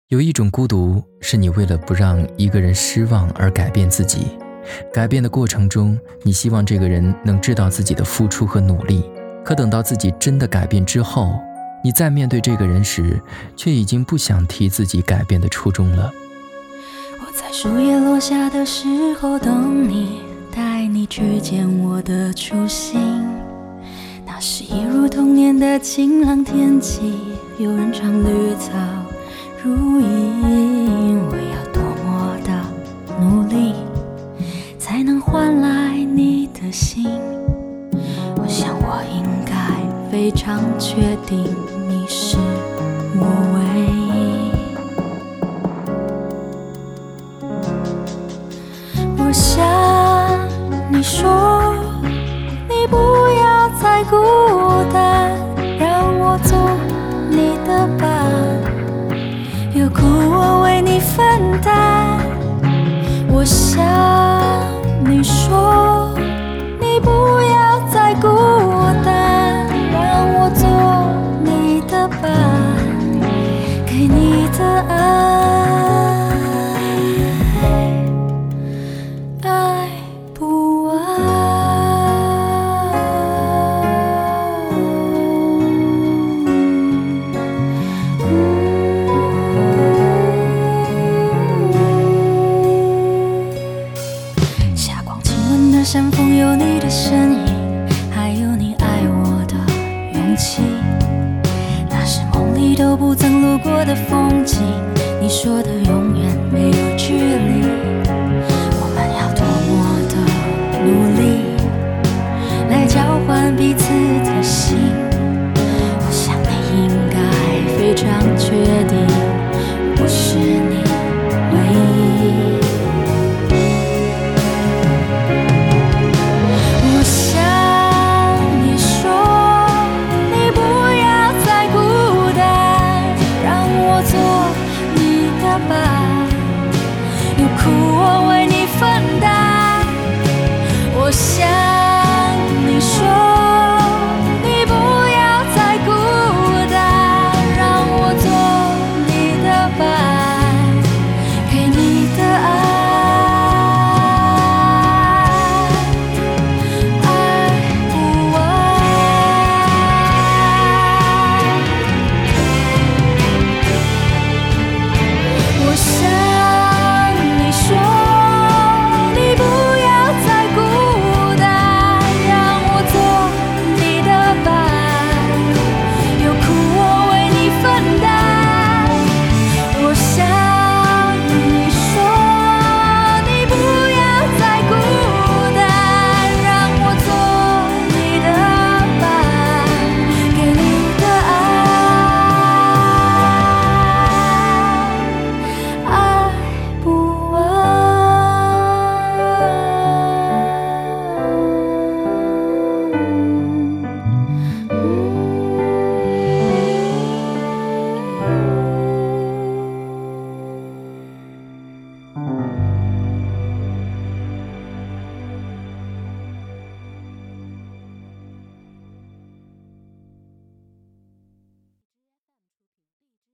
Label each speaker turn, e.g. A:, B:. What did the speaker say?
A: 有一种孤独，是你为了不让一个人失望而改变自己，改变的过程中，你希望这个人能知道自己的付出和努力，可等到自己真的改变之后，你再面对这个人时，却已经不想提自己改变的初衷了。
B: 我在树叶落下的时候等你，带你去见我的初心。那是一如童年的晴朗天气，有人唱绿草如茵。我要多么的努力，才能换来你的心。我想我应该非常确定你是我唯一。我想你说你不要再孤单，让我做你的伴，有苦我为你分担。我想你说你不要再孤单，让我做你的伴，给你的爱不完。霞光亲吻的山峰有你的身影，还有你爱我的勇气。那是梦里都不曾路过的风景，你说的永远没有距离。我们要多么的努力，来交换彼此的心。我想你应该非常确定，我是你唯一。我想你说你不要再孤单，让我做你的伴，有苦我为你分担。我想